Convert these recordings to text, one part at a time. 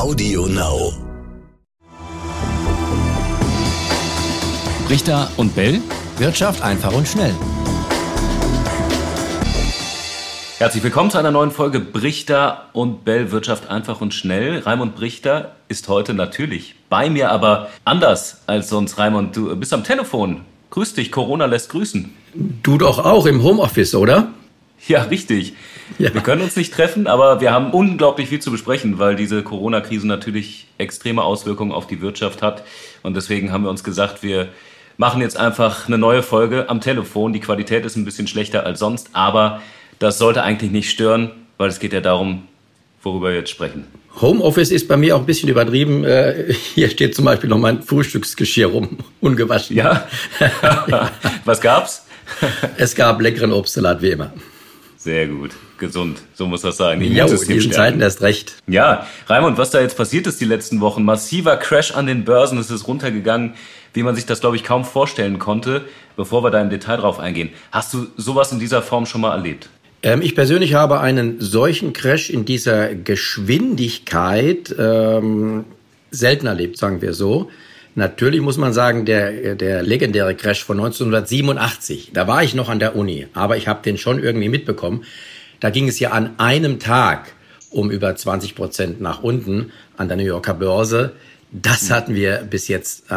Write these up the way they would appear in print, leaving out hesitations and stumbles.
Audio Now. Richter und Bell. Wirtschaft einfach und schnell. Herzlich willkommen zu einer neuen Folge Brichter und Bell, Wirtschaft einfach und schnell. Raimund Brichter ist heute natürlich bei mir, aber anders als sonst. Raimund, du bist am Telefon. Grüß dich, Corona lässt grüßen. Du doch auch im Homeoffice, oder? Ja, richtig. Ja. Wir können uns nicht treffen, aber wir haben unglaublich viel zu besprechen, weil diese Corona-Krise natürlich extreme Auswirkungen auf die Wirtschaft hat. Und deswegen haben wir uns gesagt, wir machen jetzt einfach eine neue Folge am Telefon. Die Qualität ist ein bisschen schlechter als sonst, aber das sollte eigentlich nicht stören, weil es geht ja darum, worüber wir jetzt sprechen. Homeoffice ist bei mir auch ein bisschen übertrieben. Hier steht zum Beispiel noch mein Frühstücksgeschirr rum, ungewaschen. Ja? Was gab's? Es gab leckeren Obstsalat, wie immer. Sehr gut, gesund, so muss das sein. Ja, in diesen Zeiten erst recht. Ja, Raimund, was da jetzt passiert ist die letzten Wochen, massiver Crash an den Börsen, es ist runtergegangen, wie man sich das, glaube ich, kaum vorstellen konnte. Bevor wir da im Detail drauf eingehen, hast du sowas in dieser Form schon mal erlebt? Ich persönlich habe einen solchen Crash in dieser Geschwindigkeit selten erlebt, sagen wir so. Natürlich muss man sagen, der legendäre Crash von 1987, da war ich noch an der Uni, aber ich habe den schon irgendwie mitbekommen. Da ging es ja an einem Tag um über 20% nach unten an der New Yorker Börse. Das habe ich bis jetzt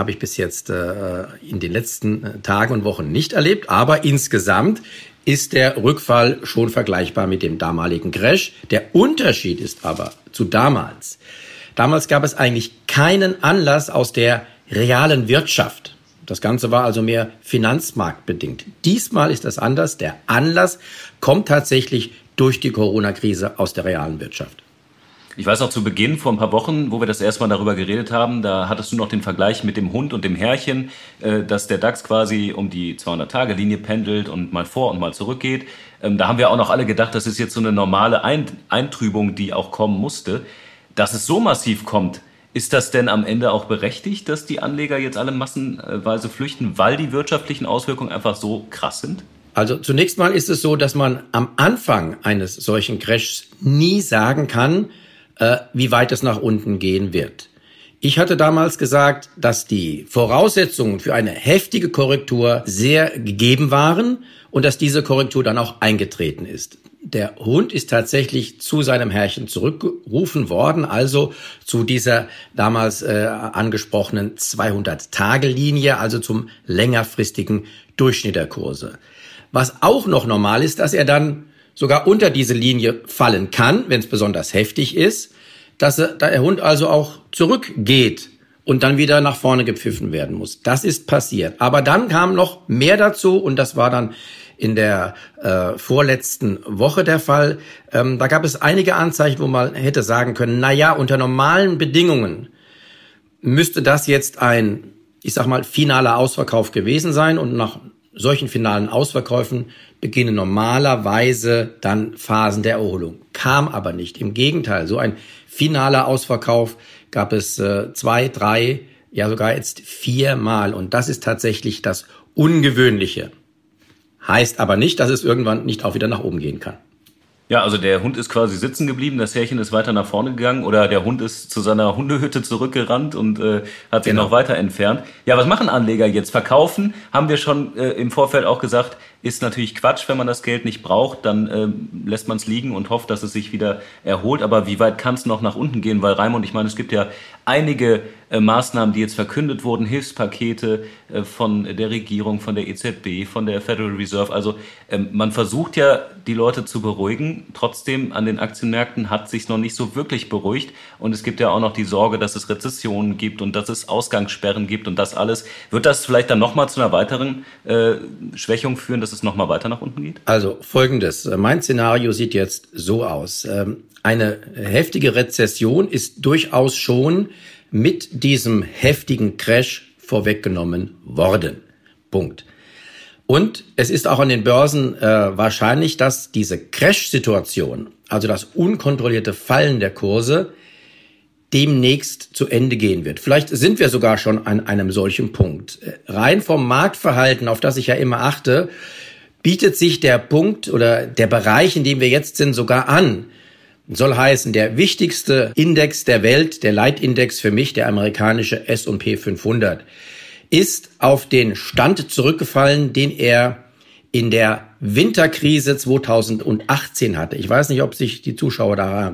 in den letzten Tagen und Wochen nicht erlebt, aber insgesamt ist der Rückfall schon vergleichbar mit dem damaligen Crash. Der Unterschied ist aber zu damals. Damals gab es eigentlich keinen Anlass aus der realen Wirtschaft. Das Ganze war also mehr finanzmarktbedingt. Diesmal ist das anders. Der Anlass kommt tatsächlich durch die Corona-Krise aus der realen Wirtschaft. Ich weiß noch zu Beginn, vor ein paar Wochen, wo wir das erste Mal darüber geredet haben, da hattest du noch den Vergleich mit dem Hund und dem Herrchen, dass der DAX quasi um die 200-Tage-Linie pendelt und mal vor und mal zurück geht. Da haben wir auch noch alle gedacht, das ist jetzt so eine normale Eintrübung, die auch kommen musste. Dass es so massiv kommt, ist das denn am Ende auch berechtigt, dass die Anleger jetzt alle massenweise flüchten, weil die wirtschaftlichen Auswirkungen einfach so krass sind? Also zunächst mal ist es so, dass man am Anfang eines solchen Crashs nie sagen kann, wie weit es nach unten gehen wird. Ich hatte damals gesagt, dass die Voraussetzungen für eine heftige Korrektur sehr gegeben waren und dass diese Korrektur dann auch eingetreten ist. Der Hund ist tatsächlich zu seinem Herrchen zurückgerufen worden, also zu dieser damals angesprochenen 200-Tage-Linie, also zum längerfristigen Durchschnitt der Kurse. Was auch noch normal ist, dass er dann sogar unter diese Linie fallen kann, wenn es besonders heftig ist, dass der Hund also auch zurückgeht und dann wieder nach vorne gepfiffen werden muss. Das ist passiert. Aber dann kam noch mehr dazu und das war dann in der vorletzten Woche der Fall. Da gab es einige Anzeichen, wo man hätte sagen können, unter normalen Bedingungen müsste das jetzt ein, finaler Ausverkauf gewesen sein und nach solchen finalen Ausverkäufen beginnen normalerweise dann Phasen der Erholung. Kam aber nicht. Im Gegenteil, so ein finaler Ausverkauf gab es 2, 3, ja sogar jetzt 4 Mal. Und das ist tatsächlich das Ungewöhnliche. Heißt aber nicht, dass es irgendwann nicht auch wieder nach oben gehen kann. Ja, also der Hund ist quasi sitzen geblieben, das Härchen ist weiter nach vorne gegangen oder der Hund ist zu seiner Hundehütte zurückgerannt und hat sich noch weiter entfernt. Ja, was machen Anleger jetzt? Verkaufen, haben wir schon im Vorfeld auch gesagt, ist natürlich Quatsch, wenn man das Geld nicht braucht, dann lässt man es liegen und hofft, dass es sich wieder erholt. Aber wie weit kann es noch nach unten gehen? Weil Raimund, ich meine, es gibt ja einige Maßnahmen, die jetzt verkündet wurden, Hilfspakete von der Regierung, von der EZB, von der Federal Reserve. Also man versucht ja, die Leute zu beruhigen. Trotzdem an den Aktienmärkten hat sich noch nicht so wirklich beruhigt. Und es gibt ja auch noch die Sorge, dass es Rezessionen gibt und dass es Ausgangssperren gibt und das alles. Wird das vielleicht dann nochmal zu einer weiteren Schwächung führen, dass es nochmal weiter nach unten geht? Also Folgendes. Mein Szenario sieht jetzt so aus. Eine heftige Rezession ist durchaus schon mit diesem heftigen Crash vorweggenommen worden. Punkt. Und es ist auch an den Börsen wahrscheinlich, dass diese Crash-Situation, also das unkontrollierte Fallen der Kurse, demnächst zu Ende gehen wird. Vielleicht sind wir sogar schon an einem solchen Punkt. Rein vom Marktverhalten, auf das ich ja immer achte, bietet sich der Punkt oder der Bereich, in dem wir jetzt sind, sogar an, Soll heißen, der wichtigste Index der Welt, der Leitindex für mich, der amerikanische S&P 500, ist auf den Stand zurückgefallen, den er in der Winterkrise 2018 hatte. Ich weiß nicht, ob sich die Zuhörer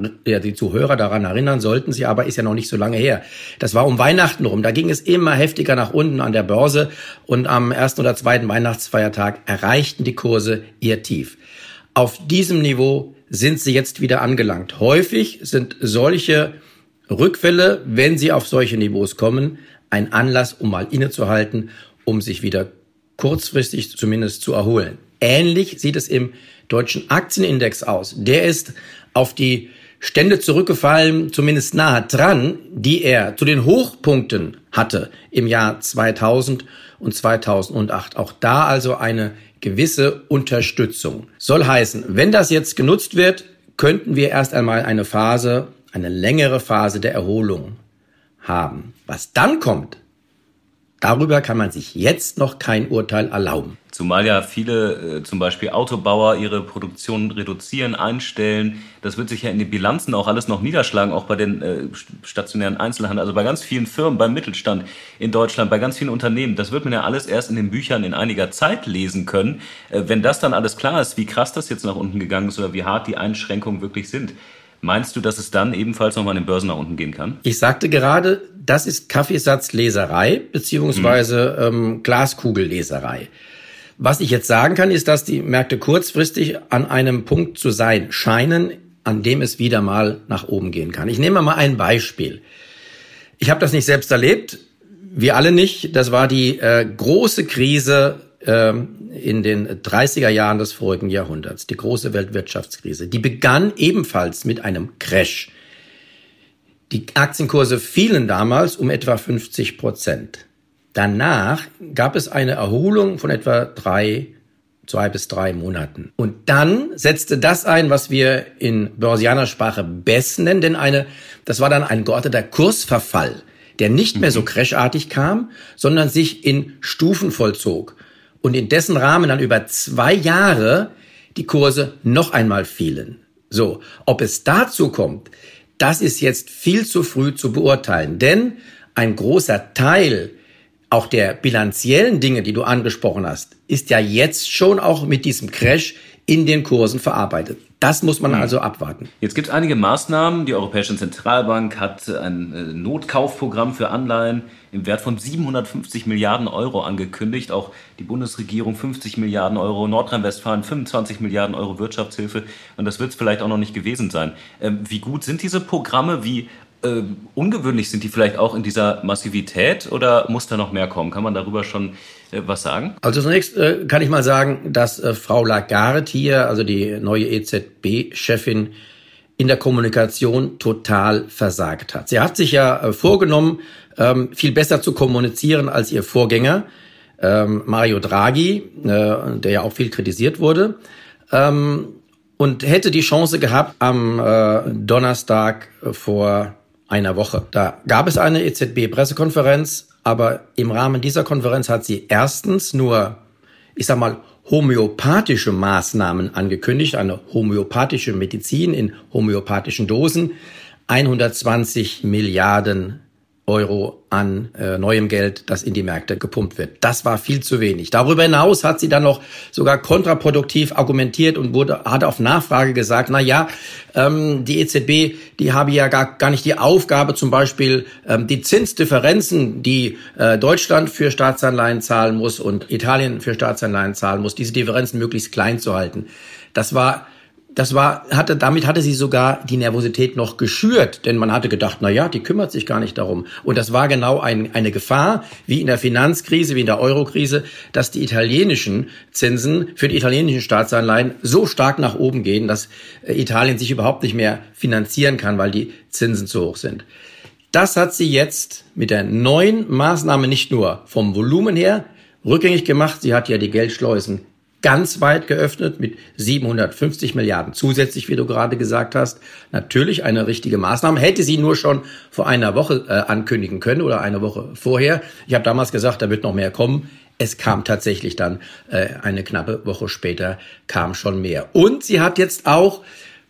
daran erinnern, sollten sie, aber ist ja noch nicht so lange her. Das war um Weihnachten rum. Da ging es immer heftiger nach unten an der Börse und am ersten oder zweiten Weihnachtsfeiertag erreichten die Kurse ihr Tief. Auf diesem Niveau sind sie jetzt wieder angelangt. Häufig sind solche Rückfälle, wenn sie auf solche Niveaus kommen, ein Anlass, um mal innezuhalten, um sich wieder kurzfristig zumindest zu erholen. Ähnlich sieht es im deutschen Aktienindex aus. Der ist auf die Stände zurückgefallen, zumindest nahe dran, die er zu den Hochpunkten hatte im Jahr 2000 und 2008. Auch da also eine gewisse Unterstützung. Soll heißen, wenn das jetzt genutzt wird, könnten wir erst einmal eine längere Phase der Erholung haben. Was dann kommt, darüber kann man sich jetzt noch kein Urteil erlauben. Zumal ja viele, zum Beispiel Autobauer, ihre Produktion reduzieren, einstellen. Das wird sich ja in den Bilanzen auch alles noch niederschlagen, auch bei den stationären Einzelhandel, also bei ganz vielen Firmen, beim Mittelstand in Deutschland, bei ganz vielen Unternehmen. Das wird man ja alles erst in den Büchern in einiger Zeit lesen können. Wenn das dann alles klar ist, wie krass das jetzt nach unten gegangen ist oder wie hart die Einschränkungen wirklich sind, meinst du, dass es dann ebenfalls nochmal an den Börsen nach unten gehen kann? Ich sagte gerade, das ist Kaffeesatzleserei beziehungsweise Glaskugelleserei. Was ich jetzt sagen kann, ist, dass die Märkte kurzfristig an einem Punkt zu sein scheinen, an dem es wieder mal nach oben gehen kann. Ich nehme mal ein Beispiel. Ich habe das nicht selbst erlebt, wir alle nicht. Das war die große Krise in den 30er Jahren des vorigen Jahrhunderts, die große Weltwirtschaftskrise. Die begann ebenfalls mit einem Crash. Die Aktienkurse fielen damals um etwa 50%. Danach gab es eine Erholung von etwa 2 bis 3 Monaten. Und dann setzte das ein, was wir in Börsianersprache BES nennen, denn das war dann ein geordneter Kursverfall, der nicht mehr so crashartig kam, sondern sich in Stufen vollzog. Und in dessen Rahmen dann über 2 Jahre die Kurse noch einmal fielen. So, ob es dazu kommt, das ist jetzt viel zu früh zu beurteilen, denn ein großer Teil auch der bilanziellen Dinge, die du angesprochen hast, ist ja jetzt schon auch mit diesem Crash in den Kursen verarbeitet. Das muss man also abwarten. Jetzt gibt es einige Maßnahmen. Die Europäische Zentralbank hat ein Notkaufprogramm für Anleihen im Wert von 750 Milliarden Euro angekündigt. Auch die Bundesregierung 50 Milliarden Euro, Nordrhein-Westfalen 25 Milliarden Euro Wirtschaftshilfe. Und das wird es vielleicht auch noch nicht gewesen sein. Wie gut sind diese Programme? Wie ungewöhnlich sind die vielleicht auch in dieser Massivität oder muss da noch mehr kommen? Kann man darüber schon was sagen? Also zunächst kann ich mal sagen, dass Frau Lagarde hier, also die neue EZB-Chefin, in der Kommunikation total versagt hat. Sie hat sich ja vorgenommen, viel besser zu kommunizieren als ihr Vorgänger, Mario Draghi, der ja auch viel kritisiert wurde, und hätte die Chance gehabt am Donnerstag vor einer Woche. Da gab es eine EZB-Pressekonferenz, aber im Rahmen dieser Konferenz hat sie erstens nur, homöopathische Maßnahmen angekündigt, eine homöopathische Medizin in homöopathischen Dosen, 120 Milliarden Euro an neuem Geld, das in die Märkte gepumpt wird. Das war viel zu wenig. Darüber hinaus hat sie dann noch sogar kontraproduktiv argumentiert und hat auf Nachfrage gesagt, die EZB, die habe ja gar nicht die Aufgabe, zum Beispiel die Zinsdifferenzen, die Deutschland für Staatsanleihen zahlen muss und Italien für Staatsanleihen zahlen muss, diese Differenzen möglichst klein zu halten. Damit hatte sie sogar die Nervosität noch geschürt, denn man hatte gedacht, die kümmert sich gar nicht darum. Und das war genau eine Gefahr, wie in der Finanzkrise, wie in der Eurokrise, dass die italienischen Zinsen für die italienischen Staatsanleihen so stark nach oben gehen, dass Italien sich überhaupt nicht mehr finanzieren kann, weil die Zinsen zu hoch sind. Das hat sie jetzt mit der neuen Maßnahme nicht nur vom Volumen her rückgängig gemacht, sie hat ja die Geldschleusen ganz weit geöffnet mit 750 Milliarden zusätzlich, wie du gerade gesagt hast. Natürlich eine richtige Maßnahme. Hätte sie nur schon vor einer Woche ankündigen können oder eine Woche vorher. Ich habe damals gesagt, da wird noch mehr kommen. Es kam tatsächlich dann eine knappe Woche später, kam schon mehr. Und sie hat jetzt auch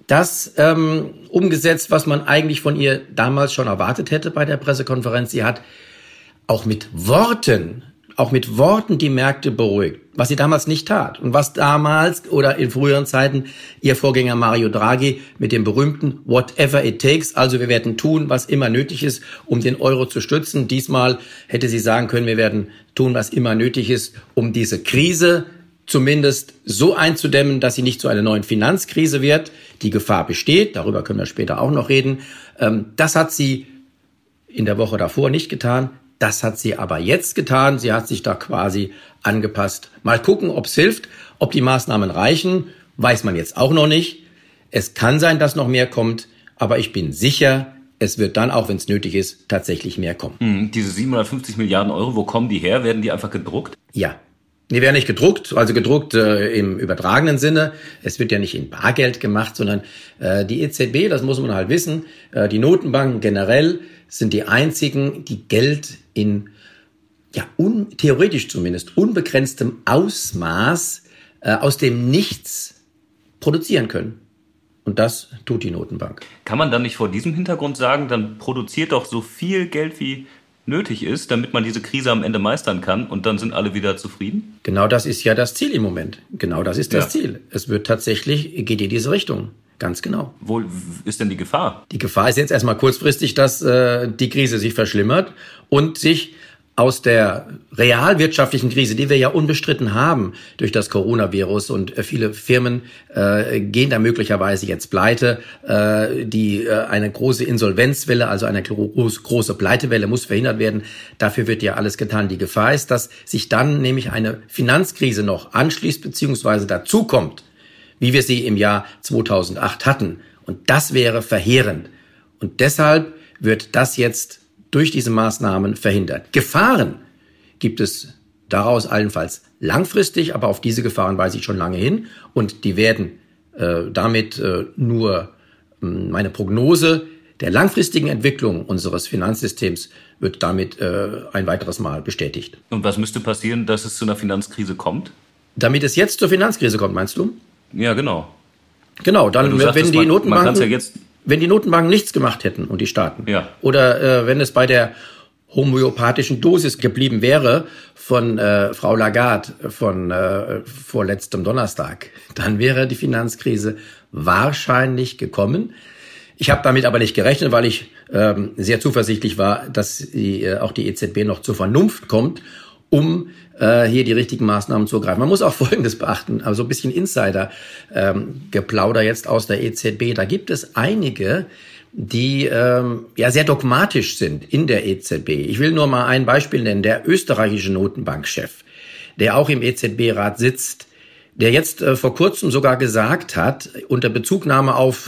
das umgesetzt, was man eigentlich von ihr damals schon erwartet hätte bei der Pressekonferenz. Sie hat auch mit Worten die Märkte beruhigt, was sie damals nicht tat und was damals oder in früheren Zeiten ihr Vorgänger Mario Draghi mit dem berühmten Whatever it takes, also wir werden tun, was immer nötig ist, um den Euro zu stützen. Diesmal hätte sie sagen können, wir werden tun, was immer nötig ist, um diese Krise zumindest so einzudämmen, dass sie nicht zu einer neuen Finanzkrise wird. Die Gefahr besteht, darüber können wir später auch noch reden. Das hat sie in der Woche davor nicht getan. Das hat sie aber jetzt getan. Sie hat sich da quasi angepasst. Mal gucken, ob es hilft, ob die Maßnahmen reichen, weiß man jetzt auch noch nicht. Es kann sein, dass noch mehr kommt, aber ich bin sicher, es wird dann, auch wenn es nötig ist, tatsächlich mehr kommen. Diese 750 Milliarden Euro, wo kommen die her? Werden die einfach gedruckt? Ja. Die werden nicht gedruckt, also gedruckt im übertragenen Sinne. Es wird ja nicht in Bargeld gemacht, sondern die EZB, das muss man halt wissen, die Notenbanken generell sind die einzigen, die Geld in, theoretisch zumindest, unbegrenztem Ausmaß aus dem Nichts produzieren können. Und das tut die Notenbank. Kann man dann nicht vor diesem Hintergrund sagen, dann produziert doch so viel Geld wie nötig ist, damit man diese Krise am Ende meistern kann und dann sind alle wieder zufrieden? Genau das ist ja das Ziel im Moment. Genau das ist das Ziel. Es wird tatsächlich, geht in diese Richtung. Ganz genau. Wo ist denn die Gefahr? Die Gefahr ist jetzt erstmal kurzfristig, dass die Krise sich verschlimmert und sich aus der realwirtschaftlichen Krise, die wir ja unbestritten haben durch das Coronavirus und viele Firmen gehen da möglicherweise jetzt pleite, eine große Insolvenzwelle, also eine große Pleitewelle muss verhindert werden. Dafür wird ja alles getan. Die Gefahr ist, dass sich dann nämlich eine Finanzkrise noch anschließt bzw. dazukommt, wie wir sie im Jahr 2008 hatten. Und das wäre verheerend. Und deshalb wird das jetzt durch diese Maßnahmen verhindert. Gefahren gibt es daraus allenfalls langfristig, aber auf diese Gefahren weise ich schon lange hin. Und die werden damit nur meine Prognose der langfristigen Entwicklung unseres Finanzsystems wird damit ein weiteres Mal bestätigt. Und was müsste passieren, dass es zu einer Finanzkrise kommt? Damit es jetzt zur Finanzkrise kommt, meinst du? Ja, genau. Genau, dann wenn die Notenbanken... Ja Wenn die Notenbanken nichts gemacht hätten und die Staaten, oder wenn es bei der homöopathischen Dosis geblieben wäre von Frau Lagarde von vorletztem Donnerstag, dann wäre die Finanzkrise wahrscheinlich gekommen. Ich habe damit aber nicht gerechnet, weil ich sehr zuversichtlich war, dass auch die EZB noch zur Vernunft kommt, um hier die richtigen Maßnahmen zu ergreifen. Man muss auch Folgendes beachten, also ein bisschen Insider-Geplauder jetzt aus der EZB. Da gibt es einige, die sehr dogmatisch sind in der EZB. Ich will nur mal ein Beispiel nennen. Der österreichische Notenbankchef, der auch im EZB-Rat sitzt, der jetzt vor kurzem sogar gesagt hat, unter Bezugnahme auf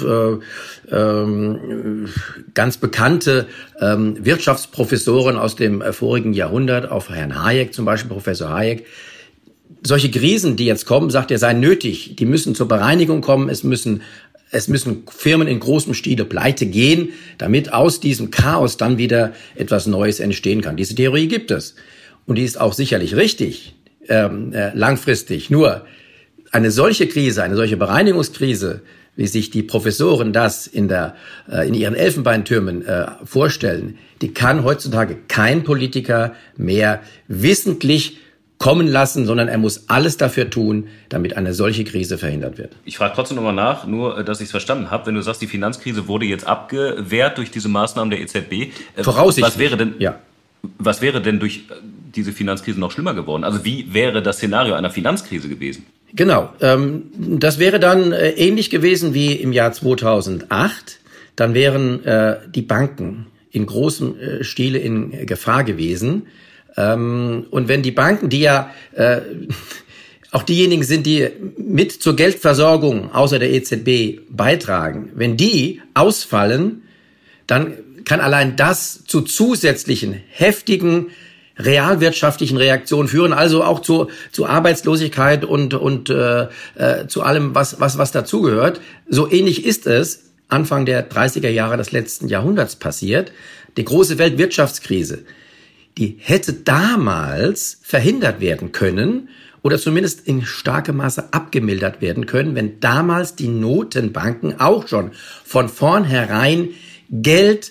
ganz bekannte Wirtschaftsprofessoren aus dem vorigen Jahrhundert, auf Herrn Hayek zum Beispiel, Professor Hayek, solche Krisen, die jetzt kommen, sagt er, seien nötig. Die müssen zur Bereinigung kommen. Es müssen Firmen in großem Stile pleite gehen, damit aus diesem Chaos dann wieder etwas Neues entstehen kann. Diese Theorie gibt es. Und die ist auch sicherlich richtig, langfristig. Nur eine solche Krise, eine solche Bereinigungskrise, wie sich die Professoren das in ihren Elfenbeintürmen vorstellen, die kann heutzutage kein Politiker mehr wissentlich kommen lassen, sondern er muss alles dafür tun, damit eine solche Krise verhindert wird. Ich frage trotzdem nochmal nach, nur dass ich es verstanden habe. Wenn du sagst, die Finanzkrise wurde jetzt abgewehrt durch diese Maßnahmen der EZB, voraussichtlich. Was wäre denn durch diese Finanzkrise noch schlimmer geworden? Also wie wäre das Szenario einer Finanzkrise gewesen? Genau, das wäre dann ähnlich gewesen wie im Jahr 2008. Dann wären die Banken in großem Stile in Gefahr gewesen. Und wenn die Banken, die ja auch diejenigen sind, die mit zur Geldversorgung außer der EZB beitragen, wenn die ausfallen, dann kann allein das zu zusätzlichen heftigen realwirtschaftlichen Reaktionen führen, also auch zu Arbeitslosigkeit und zu allem, was dazugehört. So ähnlich ist es Anfang der 30er Jahre des letzten Jahrhunderts passiert. Die große Weltwirtschaftskrise, die hätte damals verhindert werden können oder zumindest in starkem Maße abgemildert werden können, wenn damals die Notenbanken auch schon von vornherein Geld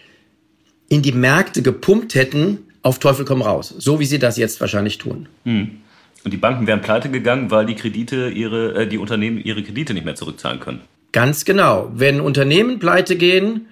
in die Märkte gepumpt hätten, auf Teufel komm raus, so wie sie das jetzt wahrscheinlich tun. Und die Banken wären pleite gegangen, weil die Unternehmen ihre Kredite nicht mehr zurückzahlen können. Ganz genau. Wenn Unternehmen pleite gehen,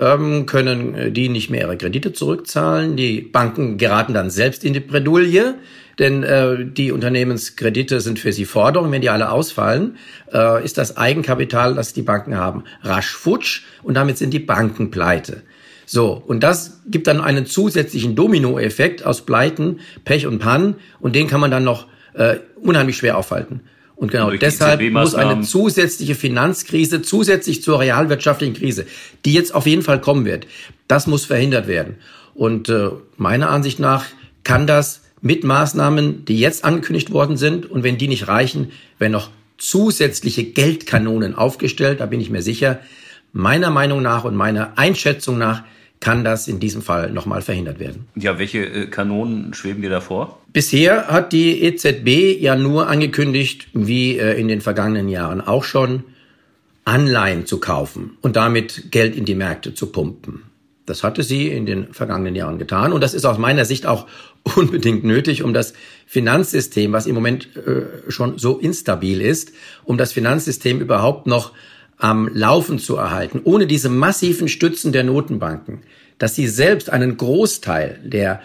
können die nicht mehr ihre Kredite zurückzahlen. Die Banken geraten dann selbst in die Bredouille, denn die Unternehmenskredite sind für sie Forderung. Wenn die alle ausfallen, ist das Eigenkapital, das die Banken haben, rasch futsch und damit sind die Banken pleite. So, und das gibt dann einen zusätzlichen Dominoeffekt aus Pleiten, Pech und Pannen und den kann man dann noch unheimlich schwer aufhalten. Und genau deshalb muss eine zusätzliche Finanzkrise, zusätzlich zur realwirtschaftlichen Krise, die jetzt auf jeden Fall kommen wird, das muss verhindert werden. Und meiner Ansicht nach kann das mit Maßnahmen, die jetzt angekündigt worden sind, und wenn die nicht reichen, werden noch zusätzliche Geldkanonen aufgestellt, da bin ich mir sicher. Meiner Meinung nach und meiner Einschätzung nach kann das in diesem Fall nochmal verhindert werden. Ja, welche Kanonen schweben dir davor? Bisher hat die EZB ja nur angekündigt, wie in den vergangenen Jahren auch schon, Anleihen zu kaufen und damit Geld in die Märkte zu pumpen. Das hatte sie in den vergangenen Jahren getan und das ist aus meiner Sicht auch unbedingt nötig, um das Finanzsystem, was im Moment schon so instabil ist, um das Finanzsystem überhaupt noch am Laufen zu erhalten, ohne diese massiven Stützen der Notenbanken, dass sie selbst einen Großteil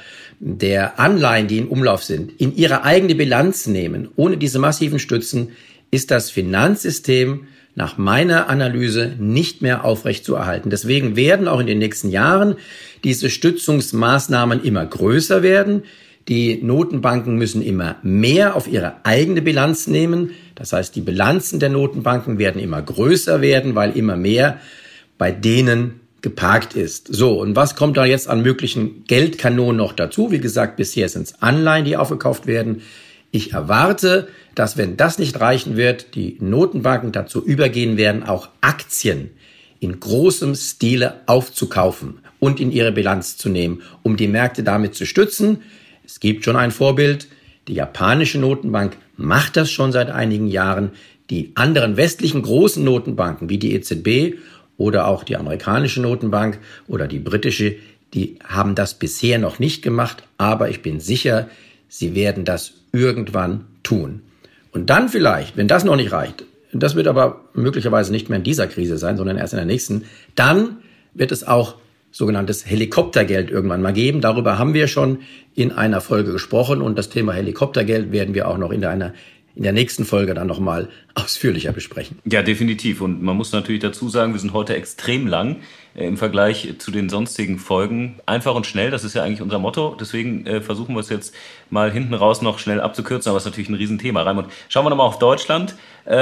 der Anleihen, die in Umlauf sind, in ihre eigene Bilanz nehmen. Ohne diese massiven Stützen ist das Finanzsystem nach meiner Analyse nicht mehr aufrecht zu erhalten. Deswegen werden auch in den nächsten Jahren diese Stützungsmaßnahmen immer größer werden. Die Notenbanken müssen immer mehr auf ihre eigene Bilanz nehmen. Das heißt, die Bilanzen der Notenbanken werden immer größer werden, weil immer mehr bei denen geparkt ist. So, und was kommt da jetzt an möglichen Geldkanonen noch dazu? Wie gesagt, bisher sind es Anleihen, die aufgekauft werden. Ich erwarte, dass, wenn das nicht reichen wird, die Notenbanken dazu übergehen werden, auch Aktien in großem Stile aufzukaufen und in ihre Bilanz zu nehmen, um die Märkte damit zu stützen. Es gibt schon ein Vorbild. Die japanische Notenbank macht das schon seit einigen Jahren. Die anderen westlichen großen Notenbanken wie die EZB oder auch die amerikanische Notenbank oder die britische, die haben das bisher noch nicht gemacht. Aber ich bin sicher, sie werden das irgendwann tun. Und dann vielleicht, wenn das noch nicht reicht, das wird aber möglicherweise nicht mehr in dieser Krise sein, sondern erst in der nächsten, dann wird es auch sogenanntes Helikoptergeld irgendwann mal geben. Darüber haben wir schon in einer Folge gesprochen und das Thema Helikoptergeld werden wir auch noch in der nächsten Folge dann nochmal ausführlicher besprechen. Ja, definitiv. Und man muss natürlich dazu sagen, wir sind heute extrem lang im Vergleich zu den sonstigen Folgen. Einfach und schnell, das ist ja eigentlich unser Motto. Deswegen versuchen wir es jetzt mal hinten raus noch schnell abzukürzen. Aber es ist natürlich ein Riesenthema. Raimund, schauen wir nochmal auf Deutschland.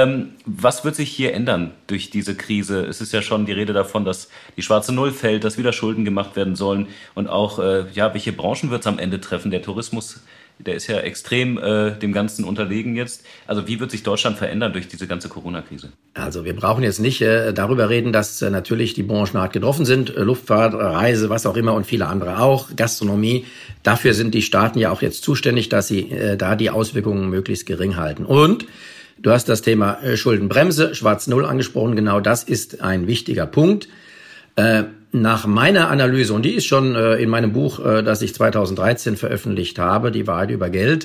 Was wird sich hier ändern durch diese Krise? Es ist ja schon die Rede davon, dass die schwarze Null fällt, dass wieder Schulden gemacht werden sollen. Und auch, welche Branchen wird es am Ende treffen? Der Tourismus, der ist ja extrem dem Ganzen unterlegen jetzt. Also wie wird sich Deutschland verändern durch diese ganze Corona-Krise? Also wir brauchen jetzt nicht darüber reden, dass natürlich die Branchen hart getroffen sind. Luftfahrt, Reise, was auch immer und viele andere auch. Gastronomie. Dafür sind die Staaten ja auch jetzt zuständig, dass sie da die Auswirkungen möglichst gering halten. Und du hast das Thema Schuldenbremse, Schwarz Null angesprochen. Genau das ist ein wichtiger Punkt. Nach meiner Analyse, und die ist schon in meinem Buch, das ich 2013 veröffentlicht habe, Die Wahrheit über Geld,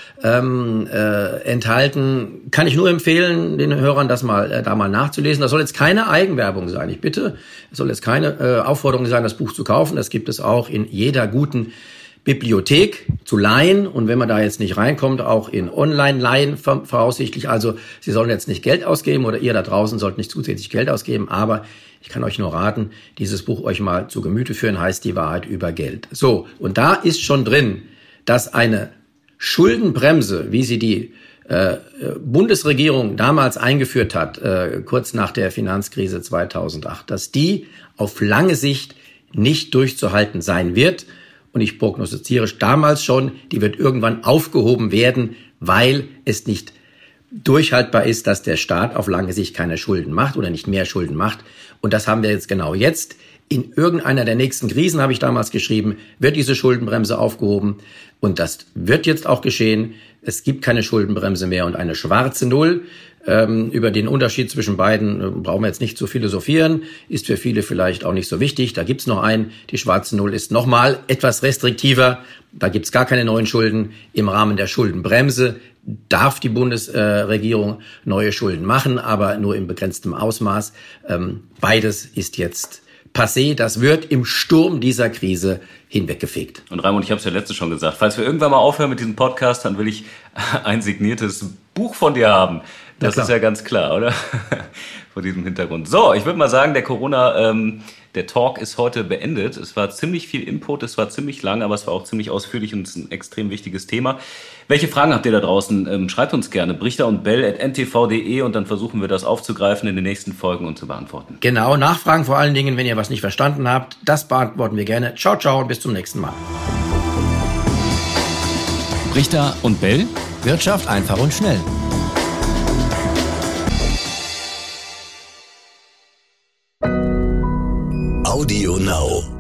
enthalten, kann ich nur empfehlen, den Hörern das da mal nachzulesen. Das soll jetzt keine Eigenwerbung sein, ich bitte. Es soll jetzt keine Aufforderung sein, das Buch zu kaufen. Das gibt es auch in jeder guten Bibliothek zu leihen und wenn man da jetzt nicht reinkommt, auch in Online-Leihen voraussichtlich. Also Sie sollen jetzt nicht Geld ausgeben oder ihr da draußen sollt nicht zusätzlich Geld ausgeben, aber ich kann euch nur raten, dieses Buch euch mal zu Gemüte führen, heißt Die Wahrheit über Geld. So, und da ist schon drin, dass eine Schuldenbremse, wie sie die Bundesregierung damals eingeführt hat, kurz nach der Finanzkrise 2008, dass die auf lange Sicht nicht durchzuhalten sein wird. Und ich prognostiziere damals schon, die wird irgendwann aufgehoben werden, weil es nicht durchhaltbar ist, dass der Staat auf lange Sicht keine Schulden macht oder nicht mehr Schulden macht. Und das haben wir jetzt genau jetzt. In irgendeiner der nächsten Krisen, habe ich damals geschrieben, wird diese Schuldenbremse aufgehoben. Und das wird jetzt auch geschehen. Es gibt keine Schuldenbremse mehr und eine schwarze Null. Über den Unterschied zwischen beiden brauchen wir jetzt nicht zu philosophieren. Ist für viele vielleicht auch nicht so wichtig. Da gibt's noch einen. Die schwarze Null ist nochmal etwas restriktiver. Da gibt's gar keine neuen Schulden. Im Rahmen der Schuldenbremse darf die Bundesregierung neue Schulden machen, aber nur in begrenztem Ausmaß. Beides ist jetzt passé. Das wird im Sturm dieser Krise hinweggefegt. Und Raimund, ich habe es ja letztes schon gesagt, falls wir irgendwann mal aufhören mit diesem Podcast, dann will ich ein signiertes Buch von dir haben. Das ist ja ganz klar, oder? Vor diesem Hintergrund. So, ich würde mal sagen, der Talk ist heute beendet. Es war ziemlich viel Input, es war ziemlich lang, aber es war auch ziemlich ausführlich und es ist ein extrem wichtiges Thema. Welche Fragen habt ihr da draußen? Schreibt uns gerne brichter@ntv.de und dann versuchen wir das aufzugreifen in den nächsten Folgen und zu beantworten. Genau, Nachfragen vor allen Dingen, wenn ihr was nicht verstanden habt, das beantworten wir gerne. Ciao, ciao und bis zum nächsten Mal. Brichter und Bell. Wirtschaft einfach und schnell. Audio Now.